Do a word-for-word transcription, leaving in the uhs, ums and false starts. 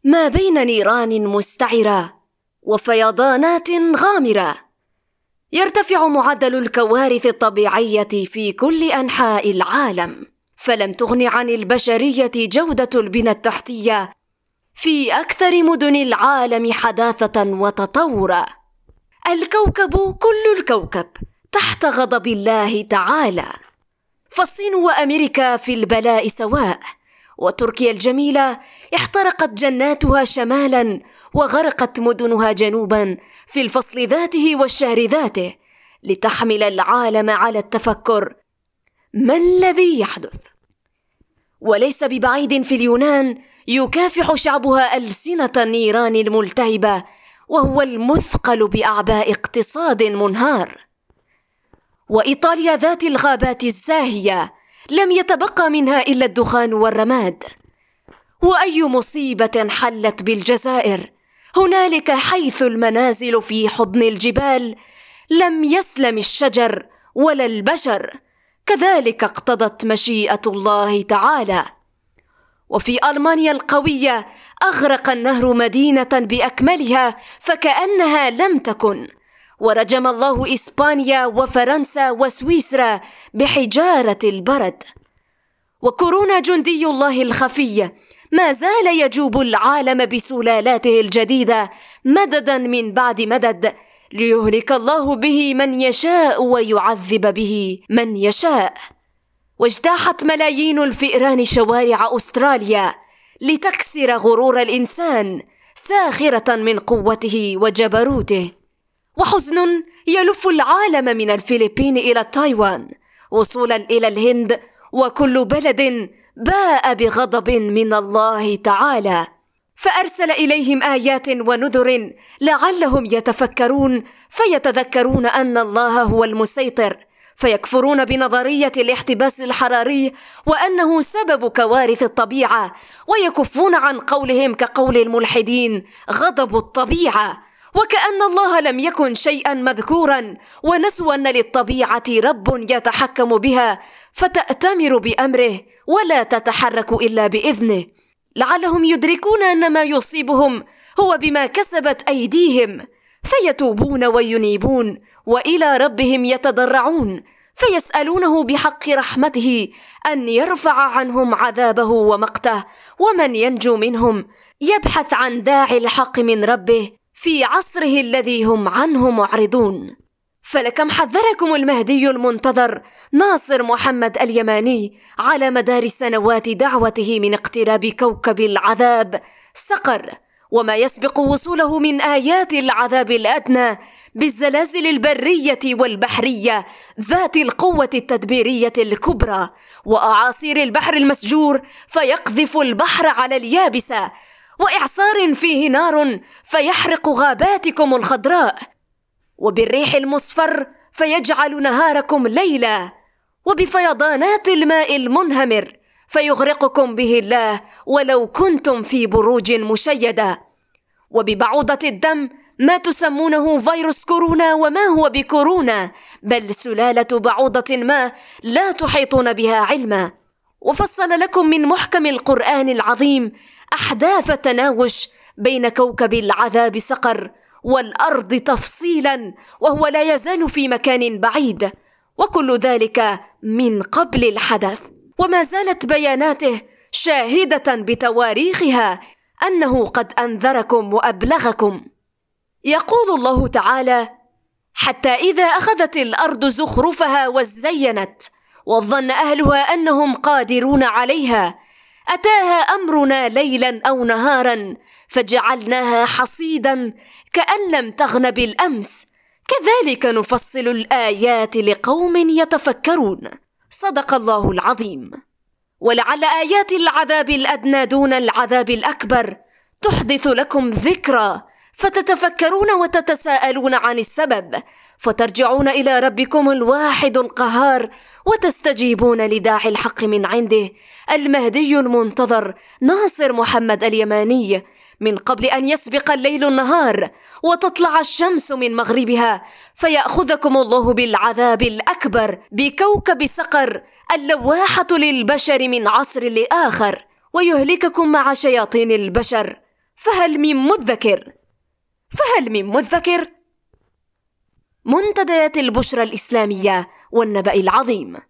ما بين نيران مستعرة وفيضانات غامرة. يرتفع معدل الكوارث الطبيعية في كل أنحاء العالم، فلم تغن عن البشرية جودة البنى التحتية في أكثر مدن العالم حداثة وتطورا. الكوكب كل الكوكب تحت غضب الله تعالى، فالصين وأمريكا في البلاء سواء، وتركيا الجميلة احترقت جناتها شمالا وغرقت مدنها جنوبا في الفصل ذاته والشهر ذاته، لتحمل العالم على التفكر ما الذي يحدث. وليس ببعيد في اليونان يكافح شعبها ألسنة النيران الملتهبة، وهو المثقل بأعباء اقتصاد منهار. وإيطاليا ذات الغابات الزاهية لم يتبقى منها إلا الدخان والرماد. وأي مصيبة حلت بالجزائر، هنالك حيث المنازل في حضن الجبال لم يسلم الشجر ولا البشر، كذلك اقتضت مشيئة الله تعالى. وفي ألمانيا القوية أغرق النهر مدينة بأكملها فكأنها لم تكن، ورجم الله إسبانيا وفرنسا وسويسرا بحجارة البرد. وكورونا جندي الله الخفي ما زال يجوب العالم بسلالاته الجديدة مددا من بعد مدد، ليهلك الله به من يشاء ويعذب به من يشاء. واجتاحت ملايين الفئران شوارع أستراليا لتكسر غرور الإنسان ساخرة من قوته وجبروته. وحزن يلف العالم من الفلبين إلى تايوان وصولا إلى الهند، وكل بلد باء بغضب من الله تعالى، فأرسل إليهم آيات ونذر لعلهم يتفكرون فيتذكرون أن الله هو المسيطر، فيكفرون بنظرية الاحتباس الحراري وأنه سبب كوارث الطبيعة، ويكفون عن قولهم كقول الملحدين غضب الطبيعة، وكأن الله لم يكن شيئا مذكورا، ونسوا أن للطبيعة رب يتحكم بها فتأتمر بأمره ولا تتحرك إلا بإذنه، لعلهم يدركون أن ما يصيبهم هو بما كسبت أيديهم، فيتوبون وينيبون وإلى ربهم يتضرعون، فيسألونه بحق رحمته أن يرفع عنهم عذابه ومقته، ومن ينجو منهم يبحث عن داعي الحق من ربه في عصره الذي هم عنه معرضون. فلكم حذركم المهدي المنتظر ناصر محمد اليماني على مدار سنوات دعوته من اقتراب كوكب العذاب سقر، وما يسبق وصوله من آيات العذاب الأدنى بالزلازل البرية والبحرية ذات القوة التدبيرية الكبرى، وأعاصير البحر المسجور فيقذف البحر على اليابسة، وإعصار فيه نار فيحرق غاباتكم الخضراء، وبالريح المصفر فيجعل نهاركم ليلا، وبفيضانات الماء المنهمر فيغرقكم به الله ولو كنتم في بروج مشيدة، وببعوضة الدم ما تسمونه فيروس كورونا وما هو بكورونا، بل سلالة بعوضة ما لا تحيطون بها علما. وفصل لكم من محكم القرآن العظيم أحداث التناوش بين كوكب العذاب سقر والأرض تفصيلا، وهو لا يزال في مكان بعيد، وكل ذلك من قبل الحدث، وما زالت بياناته شاهدة بتواريخها أنه قد أنذركم وأبلغكم. يقول الله تعالى: حتى إذا أخذت الأرض زخرفها وزينت وظن أهلها أنهم قادرون عليها أتاها أمرنا ليلا أو نهارا فجعلناها حصيدا كأن لم تغن بالأمس، كذلك نفصل الآيات لقوم يتفكرون. صدق الله العظيم. ولعل آيات العذاب الأدنى دون العذاب الأكبر تحدث لكم ذكرى فتتفكرون وتتساءلون عن السبب، فترجعون إلى ربكم الواحد القهار وتستجيبون لداعي الحق من عنده المهدي المنتظر ناصر محمد اليماني، من قبل أن يسبق الليل النهار وتطلع الشمس من مغربها، فيأخذكم الله بالعذاب الأكبر بكوكب سقر اللواحة للبشر من عصر لآخر، ويهلككم مع شياطين البشر، فهل من مدكر؟ فهل من مدكر؟ منتديات البشرى الإسلامية والنبأ العظيم.